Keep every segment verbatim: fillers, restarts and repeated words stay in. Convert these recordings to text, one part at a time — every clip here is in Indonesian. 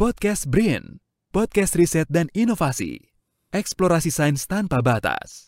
Podcast BRIN, podcast riset dan inovasi, eksplorasi sains tanpa batas.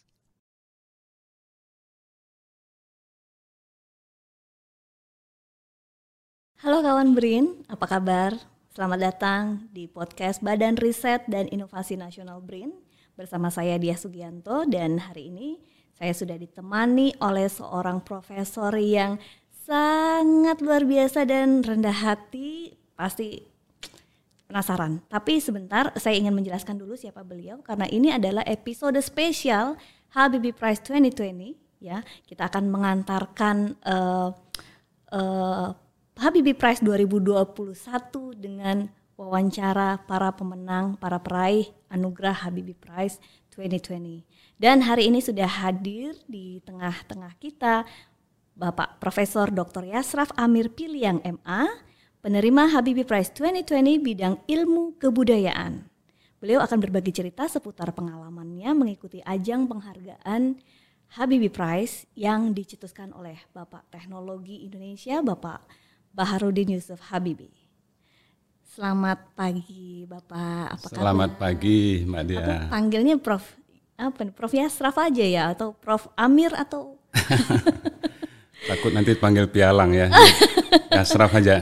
Halo kawan BRIN, apa kabar? Selamat datang di podcast Badan Riset dan Inovasi Nasional BRIN bersama saya Diah Sugianto, dan hari ini saya sudah ditemani oleh seorang profesor yang sangat luar biasa dan rendah hati. Pasti penasaran, tapi sebentar saya ingin menjelaskan dulu siapa beliau, karena ini adalah episode spesial Habibie Prize dua ribu dua puluh ya. Kita akan mengantarkan uh, uh, Habibie Prize dua ribu dua puluh satu dengan wawancara para pemenang, para peraih anugerah Habibie Prize dua ribu dua puluh. Dan hari ini sudah hadir di tengah-tengah kita Bapak Profesor Doktor Yasraf Amir Piliang M A, penerima Habibie Prize dua ribu dua puluh bidang ilmu kebudayaan. Beliau akan berbagi cerita seputar pengalamannya mengikuti ajang penghargaan Habibie Prize yang dicetuskan oleh Bapak Teknologi Indonesia, Bapak Baharudin Yusuf Habibie. Selamat pagi Bapak, apa kabar? Selamat pagi Mbak Dia. Atau panggilnya Prof apa nih, Prof Yasraf aja ya, atau Prof Amir atau Takut nanti panggil pialang ya. Yasraf aja.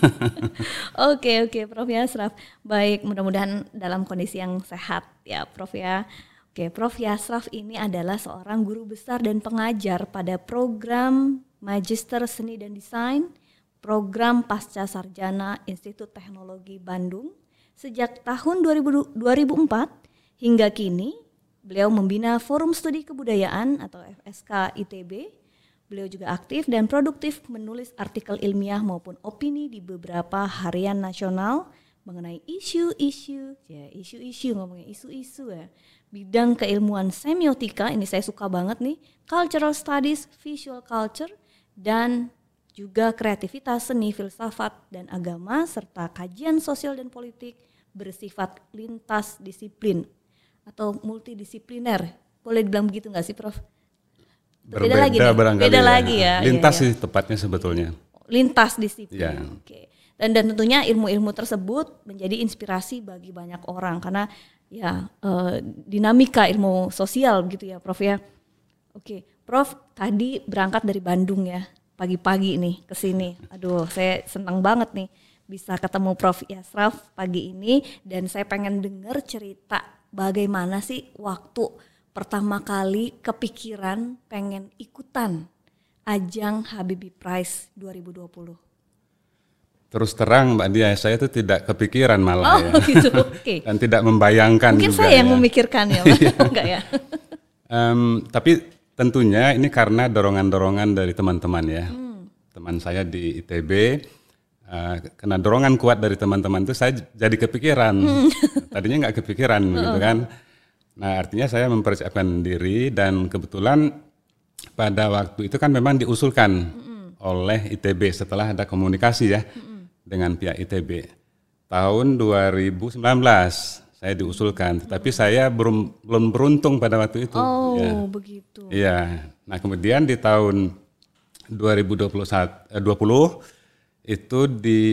Oke oke Prof Yasraf. Baik, mudah-mudahan dalam kondisi yang sehat ya Prof ya. Oke, Prof Yasraf ini adalah seorang guru besar dan pengajar pada program Magister Seni dan Desain, program Pasca Sarjana Institut Teknologi Bandung sejak tahun dua ribu empat hingga kini. Beliau membina Forum Studi Kebudayaan atau F S K I T B. Beliau juga aktif dan produktif menulis artikel ilmiah maupun opini di beberapa harian nasional mengenai isu-isu, ya isu-isu ngomongnya isu-isu ya, bidang keilmuan semiotika, ini saya suka banget nih, cultural studies, visual culture, dan juga kreativitas seni, filsafat, dan agama, serta kajian sosial dan politik bersifat lintas disiplin atau multidisipliner. Boleh dibilang begitu nggak sih Prof? Berbeda lagi barangkali beda ya. lagi ya. Lintas iya, iya. sih tepatnya sebetulnya. Lintas disiplin. Ya. Oke. Dan dan tentunya ilmu-ilmu tersebut menjadi inspirasi bagi banyak orang karena ya eh, dinamika ilmu sosial begitu ya Prof ya. Oke, Prof tadi berangkat dari Bandung ya, pagi-pagi nih ke sini. Aduh, saya senang banget nih bisa ketemu Prof Yasraf pagi ini, dan saya pengen dengar cerita bagaimana sih waktu pertama kali kepikiran pengen ikutan ajang Habibie Prize dua ribu dua puluh. Terus terang Mbak Dia, saya itu tidak kepikiran malah oh, ya. Gitu, okay. Dan tidak membayangkan Mungkin juga. Mungkin saya yang ya. memikirkan ya, enggak ya? um, tapi tentunya ini karena dorongan-dorongan dari teman-teman ya. Hmm. Teman saya di I T B, uh, karena dorongan kuat dari teman-teman itu saya jadi kepikiran. Hmm. Tadinya nggak kepikiran uh. gitu kan. Nah artinya saya mempersiapkan diri, dan kebetulan pada waktu itu kan memang diusulkan mm-hmm. oleh I T B setelah ada komunikasi ya mm-hmm. dengan pihak I T B. Tahun dua ribu sembilan belas saya diusulkan, tetapi mm-hmm. saya belum belum beruntung pada waktu itu. Oh ya. begitu. Iya. Nah kemudian di tahun dua ribu dua puluh itu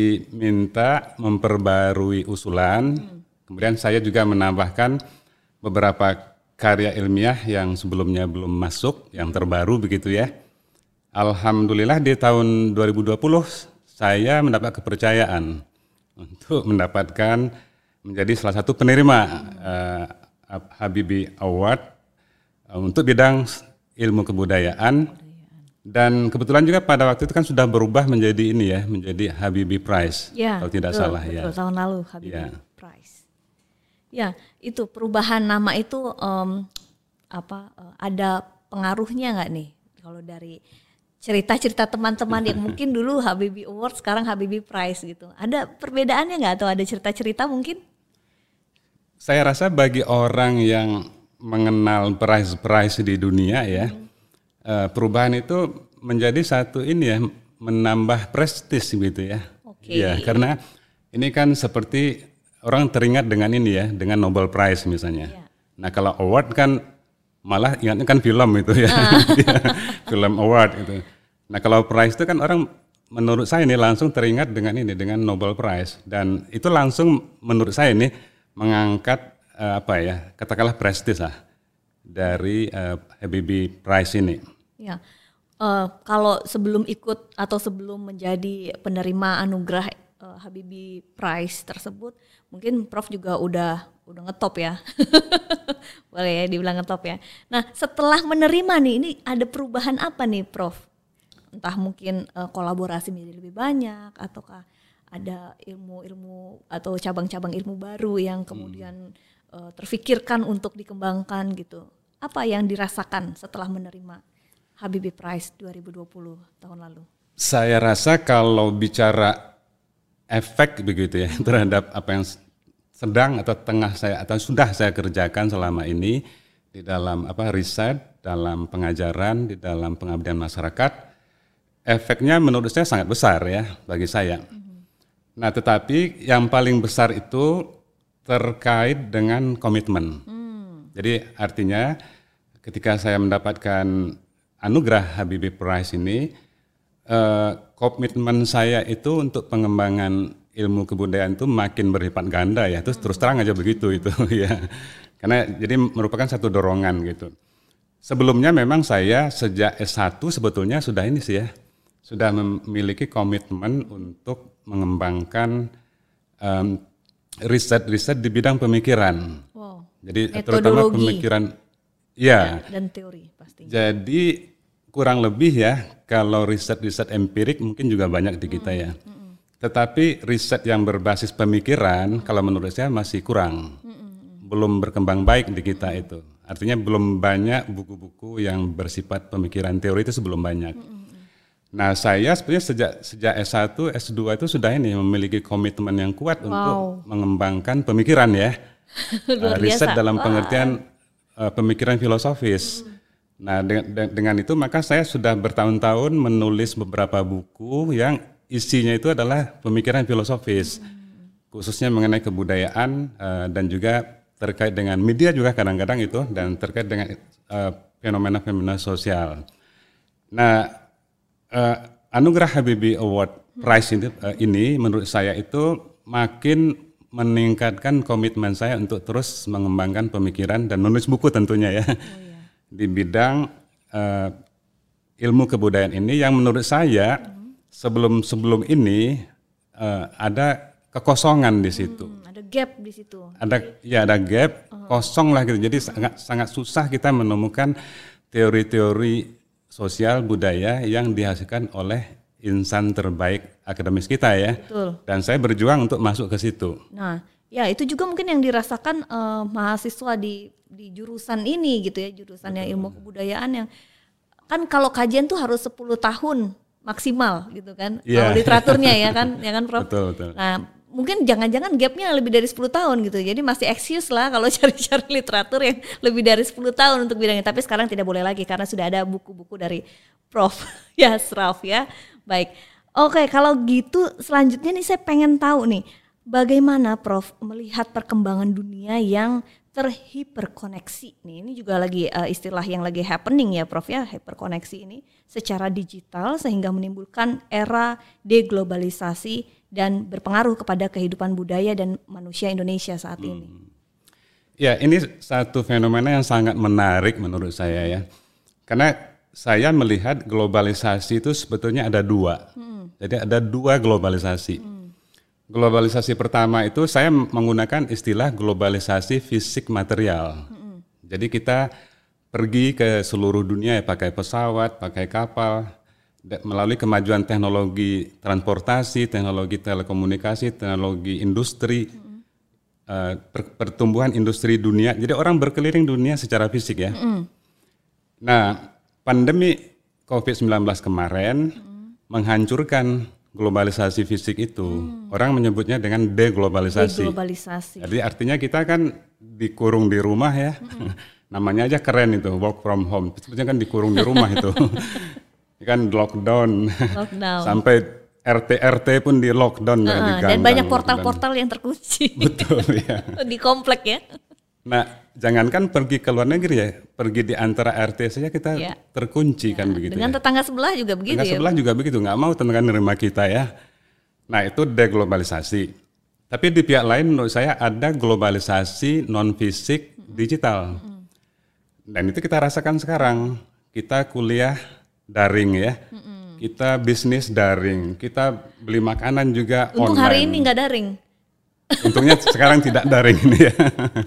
diminta memperbarui usulan. Mm. Kemudian saya juga menambahkan beberapa karya ilmiah yang sebelumnya belum masuk, yang terbaru begitu ya. Alhamdulillah di tahun dua ribu dua puluh saya mendapat kepercayaan untuk mendapatkan menjadi salah satu penerima uh, Habibie Award uh, untuk bidang ilmu kebudayaan. Dan kebetulan juga pada waktu itu kan sudah berubah menjadi ini ya, menjadi Habibie Prize ya, kalau tidak betul, salah betul, ya. Tahun lalu Habibie ya. Prize. Ya, itu perubahan nama itu um, apa uh, ada pengaruhnya nggak nih kalau dari cerita-cerita teman-teman yang mungkin dulu Habibie Award sekarang Habibie Prize gitu. Ada perbedaannya nggak atau ada cerita-cerita mungkin? Saya rasa bagi orang yang mengenal prize-prize di dunia ya, hmm. uh, perubahan itu menjadi satu ini ya, menambah prestis gitu ya. Okay. Ya, karena ini kan seperti orang teringat dengan ini ya, dengan Nobel Prize misalnya. Yeah. Nah kalau award kan malah ingatnya kan film itu ya, ah. Film award itu. Nah kalau prize itu kan orang menurut saya ini langsung teringat dengan ini, dengan Nobel Prize, dan itu langsung menurut saya ini mengangkat uh, apa ya, katakanlah prestis lah dari uh, Habibie Prize ini. Ya, uh, kalau sebelum ikut atau sebelum menjadi penerima anugerah uh, Habibie Prize tersebut, mungkin Prof juga udah udah ngetop ya, boleh ya dibilang ngetop ya. Nah, setelah menerima nih, ini ada perubahan apa nih, Prof? Entah mungkin uh, kolaborasi menjadi lebih banyak, ataukah ada ilmu-ilmu atau cabang-cabang ilmu baru yang kemudian hmm. uh, terfikirkan untuk dikembangkan gitu. Apa yang dirasakan setelah menerima Habibie Prize dua ribu dua puluh tahun lalu? Saya rasa kalau bicara efek begitu ya terhadap apa yang sedang atau tengah saya atau sudah saya kerjakan selama ini di dalam apa riset, dalam pengajaran, di dalam pengabdian masyarakat, efeknya menurut saya sangat besar ya bagi saya. Mm-hmm. Nah, tetapi yang paling besar itu terkait dengan komitmen. Mm. Jadi artinya ketika saya mendapatkan anugerah Habibie Prize ini, eh, komitmen saya itu untuk pengembangan ilmu kebudayaan itu makin berlipat ganda ya. Terus terus terang aja begitu itu ya. Karena jadi merupakan satu dorongan gitu. Sebelumnya memang saya sejak S satu sebetulnya sudah ini sih ya. Sudah memiliki komitmen untuk mengembangkan um, riset-riset di bidang pemikiran. Wow. Jadi terutama pemikiran ya, dan teori pastinya. Jadi kurang lebih ya kalau riset-riset empirik mungkin juga banyak di kita ya. Mm-hmm. Tetapi riset yang berbasis pemikiran kalau menurut saya masih kurang. Mm-hmm. Belum berkembang baik di kita itu. Artinya belum banyak buku-buku yang bersifat pemikiran teori itu sebelum banyak. Mm-hmm. Nah, saya sebenarnya sejak sejak S satu, S dua itu sudah ini memiliki komitmen yang kuat wow. untuk mengembangkan pemikiran ya. uh, riset dalam wow. pengertian uh, pemikiran filosofis. Hmm. Nah, dengan, dengan itu maka saya sudah bertahun-tahun menulis beberapa buku yang isinya itu adalah pemikiran filosofis. Hmm. Khususnya mengenai kebudayaan uh, dan juga terkait dengan media juga kadang-kadang itu dan terkait dengan uh, fenomena-fenomena sosial. Nah, Uh, anugerah Habibie Award Prize ini, uh, ini menurut saya itu makin meningkatkan komitmen saya untuk terus mengembangkan pemikiran dan menulis buku tentunya ya oh, iya. di bidang uh, ilmu kebudayaan ini yang menurut saya hmm. sebelum sebelum ini uh, ada kekosongan di situ. Hmm, ada gap di situ. Ada ya ada gap oh. kosong lah gitu. Jadi sangat sangat susah kita menemukan teori-teori sosial budaya yang dihasilkan oleh insan terbaik akademis kita ya. Betul. Dan saya berjuang untuk masuk ke situ. Nah, ya itu juga mungkin yang dirasakan uh, mahasiswa di di jurusan ini gitu ya, jurusan yang ilmu kebudayaan yang kan kalau kajian tuh harus sepuluh tahun maksimal gitu kan. Yeah. Kalau literaturnya ya kan, ya kan Prof. Betul, betul. Nah, mungkin jangan-jangan gapnya lebih dari sepuluh tahun gitu. Jadi masih excuse lah kalau cari-cari literatur yang lebih dari sepuluh tahun untuk bidangnya. Tapi sekarang tidak boleh lagi karena sudah ada buku-buku dari Prof Yasraf ya. Baik. Oke, kalau gitu selanjutnya nih saya pengen tahu nih. Bagaimana Prof melihat perkembangan dunia yang terhiperkoneksi nih. Ini juga lagi uh, istilah yang lagi happening ya Prof ya, hiperkoneksi ini secara digital sehingga menimbulkan era deglobalisasi dan berpengaruh kepada kehidupan budaya dan manusia Indonesia saat hmm. ini. Ya, ini satu fenomena yang sangat menarik menurut saya ya. Karena saya melihat globalisasi itu sebetulnya ada dua. Hmm. Jadi ada dua globalisasi. Hmm. Globalisasi pertama itu saya menggunakan istilah globalisasi fisik material. Hmm. Jadi kita pergi ke seluruh dunia ya, pakai pesawat, pakai kapal, melalui kemajuan teknologi transportasi, teknologi telekomunikasi, teknologi industri, mm-hmm. uh, per- pertumbuhan industri dunia. Jadi orang berkeliling dunia secara fisik ya. Mm-hmm. Nah, pandemi covid sembilan belas kemarin mm-hmm. menghancurkan globalisasi fisik itu. Mm. Orang menyebutnya dengan deglobalisasi. Deglobalisasi. Jadi artinya kita kan dikurung di rumah ya. Mm-hmm. Namanya aja keren itu, work from home. Sebetulnya kan dikurung di rumah itu. Kan lockdown, lockdown. Sampai R T R T pun di lockdown uh, dan banyak portal-portal yang terkunci. Betul ya. Di komplek ya. Nah, jangankan pergi ke luar negeri ya, pergi di antara R T saja kita ya. terkunci ya. kan begitu. Dengan ya. tetangga sebelah juga begitu. Tetangga ya, sebelah juga begitu, nggak mau tetangga nerima kita ya. Nah itu deglobalisasi. Tapi di pihak lain menurut saya ada globalisasi non fisik digital. Mm-hmm. Dan itu kita rasakan sekarang. Kita kuliah daring ya. Mm-hmm. Kita bisnis daring. Kita beli makanan juga Untung online. Untung hari ini nggak daring. Untungnya sekarang tidak daring ini ya.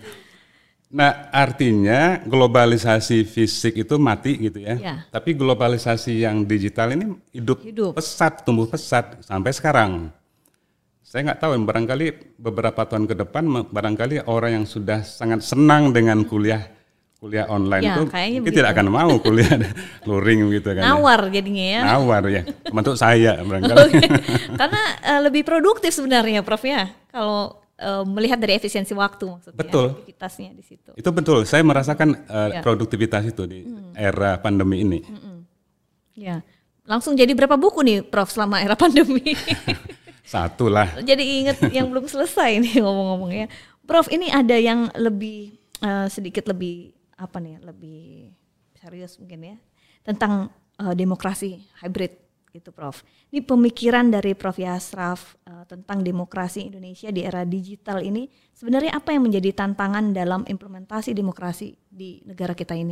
Nah artinya globalisasi fisik itu mati gitu ya. ya. Tapi globalisasi yang digital ini hidup, hidup pesat, tumbuh pesat sampai sekarang. Saya nggak tahu, barangkali beberapa tahun ke depan barangkali orang yang sudah sangat senang dengan kuliah kuliah online ya, itu mungkin tidak akan mau kuliah luring gitu kan. Nawar jadinya ya. Nawar ya, untuk saya barangkali. Okay. Karena uh, lebih produktif sebenarnya Prof ya kalau Uh, melihat dari efisiensi waktu maksudnya, betul. Aktivitasnya di situ. Itu betul. Saya merasakan uh, ya. produktivitas itu di hmm. era pandemi ini. Hmm. Ya, langsung jadi berapa buku nih, Prof selama era pandemi? Satu lah. Jadi ingat yang belum selesai nih ngomong-ngomongnya, Prof. Ini ada yang lebih uh, sedikit lebih apa nih, lebih serius mungkin ya tentang uh, demokrasi hybrid. Gitu Prof. Ini pemikiran dari Prof Yasraf uh, tentang demokrasi Indonesia di era digital ini sebenarnya apa yang menjadi tantangan dalam implementasi demokrasi di negara kita ini?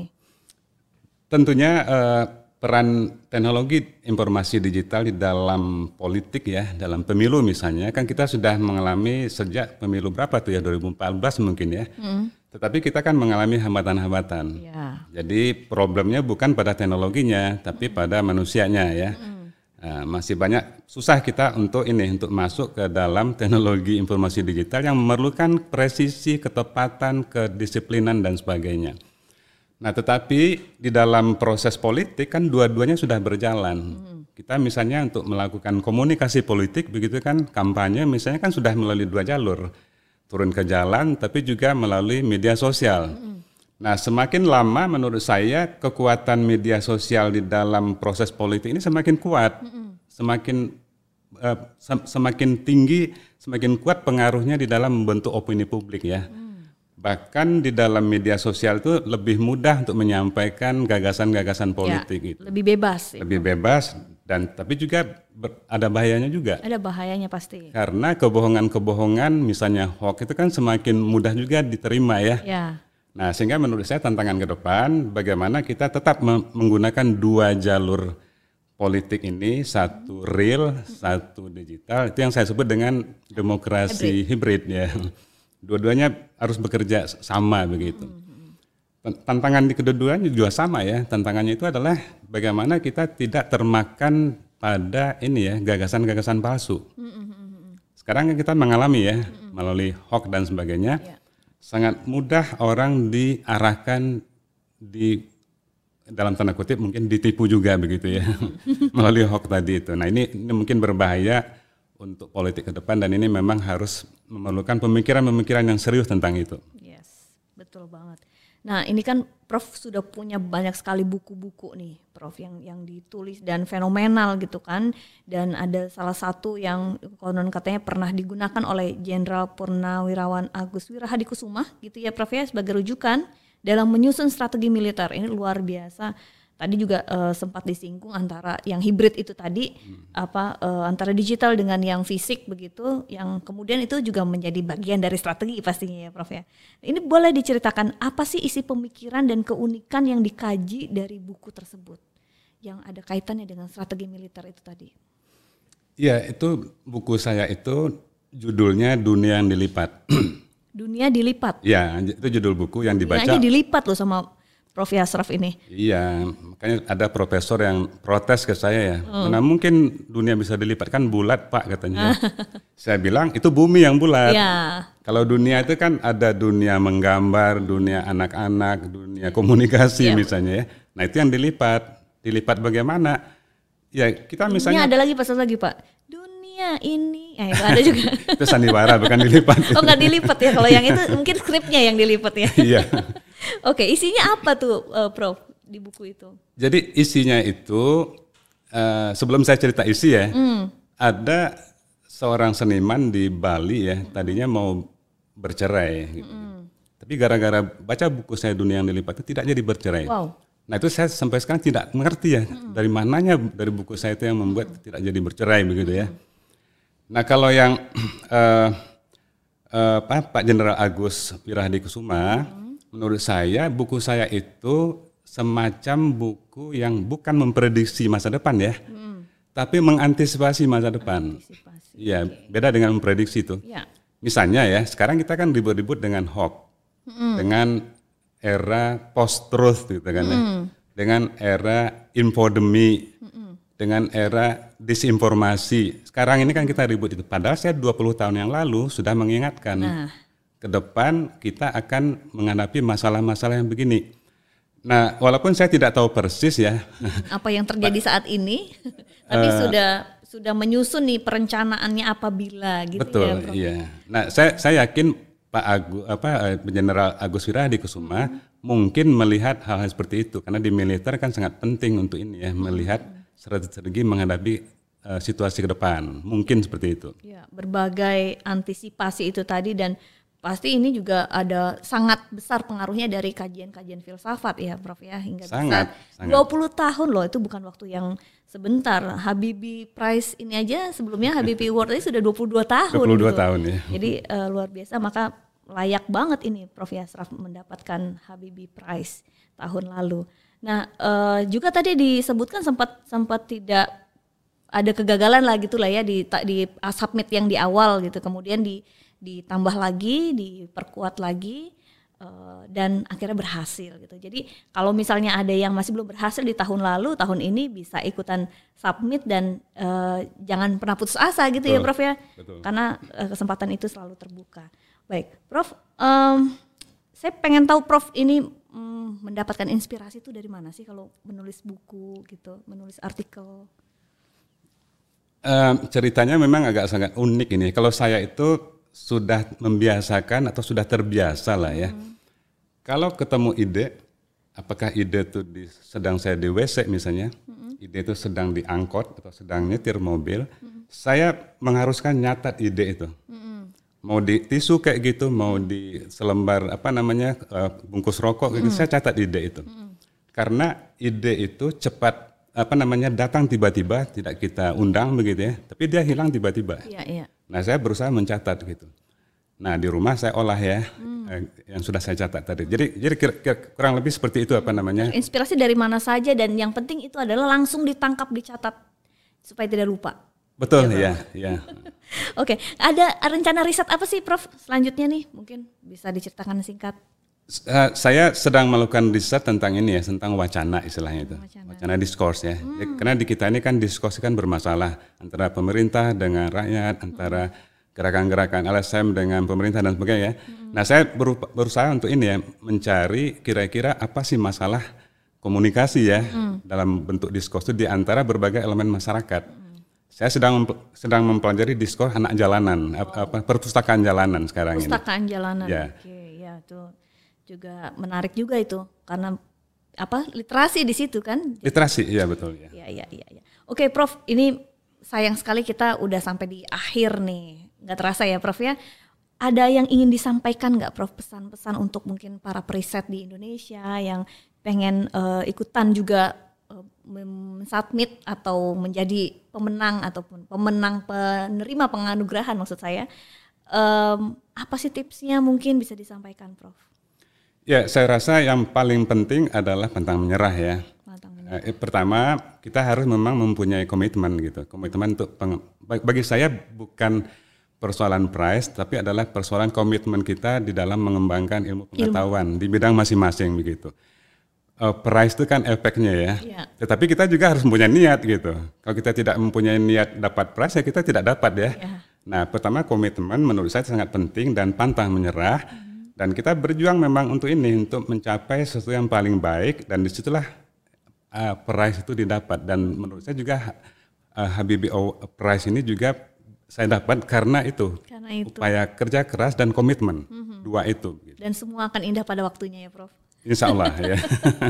Tentunya uh, peran teknologi informasi digital di dalam politik ya, dalam pemilu misalnya, kan kita sudah mengalami sejak pemilu berapa tuh ya, dua ribu empat belas mungkin ya. Hmm. Tetapi kita kan mengalami hambatan-hambatan. Ya. Jadi problemnya bukan pada teknologinya, tapi hmm. pada manusianya ya. Hmm. Nah, masih banyak susah kita untuk ini untuk masuk ke dalam teknologi informasi digital yang memerlukan presisi, ketepatan, kedisiplinan dan sebagainya. Nah, tetapi di dalam proses politik kan dua-duanya sudah berjalan. Hmm. Kita misalnya untuk melakukan komunikasi politik begitu kan, kampanye misalnya kan sudah melalui dua jalur. Turun ke jalan tapi juga melalui media sosial. Hmm. Nah, semakin lama menurut saya kekuatan media sosial di dalam proses politik ini semakin kuat, mm-hmm. semakin uh, sem- semakin tinggi, semakin kuat pengaruhnya di dalam membentuk opini publik ya. Mm. Bahkan di dalam media sosial itu lebih mudah untuk menyampaikan gagasan-gagasan politik ya, itu. Lebih bebas. Lebih itu. bebas dan tapi juga ber, ada bahayanya juga. Ada bahayanya pasti. Karena kebohongan-kebohongan misalnya hoax itu kan semakin mudah juga diterima ya. Ya. Nah, sehingga menurut saya tantangan ke depan bagaimana kita tetap menggunakan dua jalur politik ini, satu real, satu digital. Itu yang saya sebut dengan demokrasi hibrid ya. Dua-duanya harus bekerja sama begitu. Tantangan di kedua-duanya juga sama ya. Tantangannya itu adalah bagaimana kita tidak termakan pada ini ya, gagasan-gagasan palsu. Sekarang kita mengalami ya, melalui hoax dan sebagainya. Sangat mudah orang diarahkan di dalam tanda kutip mungkin ditipu juga begitu ya melalui hoax tadi itu. Nah ini, ini mungkin berbahaya untuk politik ke depan dan ini memang harus memerlukan pemikiran-pemikiran yang serius tentang itu. Yes, betul banget. Nah ini kan Prof sudah punya banyak sekali buku-buku nih Prof yang yang ditulis dan fenomenal gitu kan. Dan ada salah satu yang konon katanya pernah digunakan oleh Jenderal Purnawirawan Agus Wirahadikusumah gitu ya Prof ya sebagai rujukan dalam menyusun strategi militer. Ini luar biasa. Tadi juga uh, sempat disinggung antara yang hibrid itu tadi hmm. apa uh, antara digital dengan yang fisik begitu, yang kemudian itu juga menjadi bagian dari strategi pastinya ya Prof ya. Ini boleh diceritakan apa sih isi pemikiran dan keunikan yang dikaji dari buku tersebut yang ada kaitannya dengan strategi militer itu tadi? Ya, itu buku saya itu judulnya Dunia yang Dilipat. Dunia Dilipat? Ya, itu judul buku yang dibaca. Dunianya dilipat loh sama Prof Yasraf ini. Iya, makanya ada profesor yang protes ke saya ya. Hmm. Nah mungkin dunia bisa dilipat, kan bulat Pak katanya. Saya bilang itu bumi yang bulat. Ya. Kalau dunia itu kan ada dunia menggambar, dunia anak-anak, dunia komunikasi ya. Misalnya ya. Nah itu yang dilipat. Dilipat bagaimana? Ya kita misalnya. Ini ada lagi pasal lagi Pak. Dunia ini, eh, itu ada juga. Itu sandiwara bukan dilipat. Oh nggak dilipat ya, kalau yang itu mungkin skripnya yang dilipat ya. Iya. Oke, isinya apa tuh uh, Prof di buku itu? Jadi isinya itu uh, sebelum saya cerita isi ya, mm. ada seorang seniman di Bali ya, mm. tadinya mau bercerai. Gitu. Mm. Tapi gara-gara baca buku saya Dunia yang Dilipat itu tidak jadi bercerai. Wow. Nah itu saya sampai sekarang tidak mengerti ya hmm. dari mananya dari buku saya itu yang membuat hmm. tidak jadi bercerai begitu ya. Nah kalau yang uh, uh, Pak, Pak Jenderal Agus Wirahadikusuma, hmm. menurut saya buku saya itu semacam buku yang bukan memprediksi masa depan ya, hmm. tapi mengantisipasi masa depan. Iya, okay. Beda dengan memprediksi itu. Ya. Misalnya ya, sekarang kita kan ribut-ribut dengan hoax, hmm. dengan era post-truth gitu kan, hmm. ya. Dengan era infodemi, hmm. dengan era disinformasi. Sekarang ini kan kita ribut itu. Padahal saya dua puluh tahun yang lalu sudah mengingatkan, nah. ke depan kita akan menghadapi masalah-masalah yang begini. Nah, walaupun saya tidak tahu persis ya apa yang terjadi saat ini, tapi uh, sudah sudah menyusun nih perencanaannya apabila gitu. Betul, ya, Prof. Iya. Nah, saya saya yakin Pak Agus apa Jenderal Agus Wirahadikusuma hmm. mungkin melihat hal-hal seperti itu karena di militer kan sangat penting untuk ini ya, hmm. melihat strategi menghadapi uh, situasi ke depan. Mungkin seperti itu. Ya, berbagai antisipasi itu tadi dan pasti ini juga ada sangat besar pengaruhnya dari kajian-kajian filsafat ya Prof ya hingga sangat, bisa sangat. dua puluh tahun loh, itu bukan waktu yang sebentar. Habibie Prize ini aja sebelumnya Habibie Award ini sudah dua puluh dua tahun. dua puluh dua gitu. Tahun ya. Jadi uh, luar biasa, maka layak banget ini Prof Yasraf mendapatkan Habibie Prize tahun lalu. Nah, uh, juga tadi disebutkan sempat sempat tidak ada kegagalan lah gitulah ya di di submit yang di awal gitu. Kemudian di ditambah lagi, diperkuat lagi, uh, dan akhirnya berhasil gitu. Jadi kalau misalnya ada yang masih belum berhasil di tahun lalu, tahun ini bisa ikutan submit dan uh, jangan pernah putus asa gitu. Betul. Ya Prof ya. Betul. Karena uh, kesempatan itu selalu terbuka. Baik Prof, um, saya pengen tahu Prof ini um, mendapatkan inspirasi itu dari mana sih kalau menulis buku gitu, menulis artikel? Um, ceritanya memang agak sangat unik ini. Kalau saya itu sudah membiasakan atau sudah terbiasa lah ya. Hmm. Kalau ketemu ide, apakah ide itu di, sedang saya di W C misalnya, hmm. ide itu sedang diangkut atau sedang nyetir mobil, hmm. saya mengharuskan nyatat ide itu. Hmm. Mau di tisu kayak gitu, mau di selembar apa namanya uh, bungkus rokok, hmm. gitu, saya catat ide itu. Hmm. Karena ide itu cepat apa namanya datang tiba-tiba, tidak kita undang begitu ya, tapi dia hilang tiba-tiba. Iya, iya. Nah saya berusaha mencatat gitu. Nah di rumah saya olah ya hmm. eh, yang sudah saya catat tadi. Jadi jadi kira, kira, kurang lebih seperti itu apa namanya. Inspirasi dari mana saja dan yang penting itu adalah langsung ditangkap, dicatat supaya tidak lupa. Betul ya, ya. ya. Oke, ada rencana riset apa sih Prof selanjutnya nih? Mungkin bisa diceritakan singkat. Uh, saya sedang melakukan riset tentang ini ya, tentang wacana istilahnya itu, wacana, wacana diskurs ya. Hmm. ya. Karena di kita ini kan diskurs kan bermasalah antara pemerintah dengan rakyat, antara hmm. gerakan-gerakan L S M dengan pemerintah dan sebagainya. Hmm. Nah saya berusaha untuk ini ya, mencari kira-kira apa sih masalah komunikasi ya hmm. dalam bentuk diskurs itu di antara berbagai elemen masyarakat. Hmm. Saya sedang sedang mempelajari diskurs anak jalanan, oh. apa perpustakaan jalanan sekarang ini. Perpustakaan jalanan. Ya. Oke, ya tuh. Juga menarik juga itu karena apa literasi di situ kan? Literasi, iya betul ya. Iya, iya, iya. Ya. Oke, Prof, ini sayang sekali kita udah sampai di akhir nih, nggak terasa ya, Prof ya. Ada yang ingin disampaikan nggak, Prof, pesan-pesan untuk mungkin para periset di Indonesia yang pengen uh, ikutan juga uh, mensubmit atau menjadi pemenang ataupun pemenang penerima penganugerahan maksud saya, um, apa sih tipsnya mungkin bisa disampaikan, Prof? Ya, saya rasa yang paling penting adalah pantang menyerah ya. Pantang menyerah. Eh, pertama, kita harus memang mempunyai komitmen gitu. Komitmen untuk peng- bagi saya bukan persoalan prize, tapi adalah persoalan komitmen kita di dalam mengembangkan ilmu pengetahuan ilmu. di bidang masing-masing begitu. Uh, prize itu kan efeknya ya. ya. Tetapi kita juga harus mempunyai niat gitu. Kalau kita tidak mempunyai niat dapat prize, ya kita tidak dapat ya. ya. Nah, pertama komitmen menurut saya sangat penting dan pantang menyerah. Hmm. Dan kita berjuang memang untuk ini, untuk mencapai sesuatu yang paling baik dan disitulah uh, prize itu didapat. Dan menurut saya juga uh, Habibie Prize ini juga saya dapat karena itu, karena itu. upaya kerja keras dan komitmen, mm-hmm. dua itu. Gitu. Dan semua akan indah pada waktunya ya Prof? Insya Allah ya.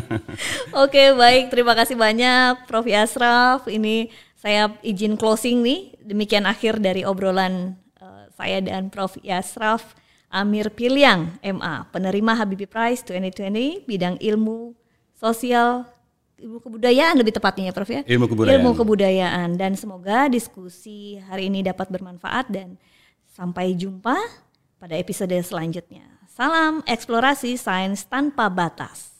Oke baik, terima kasih banyak Prof Yasraf. Ini saya izin closing nih, demikian akhir dari obrolan uh, saya dan Prof Yasraf. Amir Piliang, M A, penerima Habibie Prize dua ribu dua puluh bidang ilmu sosial, ilmu kebudayaan lebih tepatnya ya Prof ya. Ilmu kebudayaan. Ilmu kebudayaan, dan semoga diskusi hari ini dapat bermanfaat dan sampai jumpa pada episode selanjutnya. Salam eksplorasi sains tanpa batas.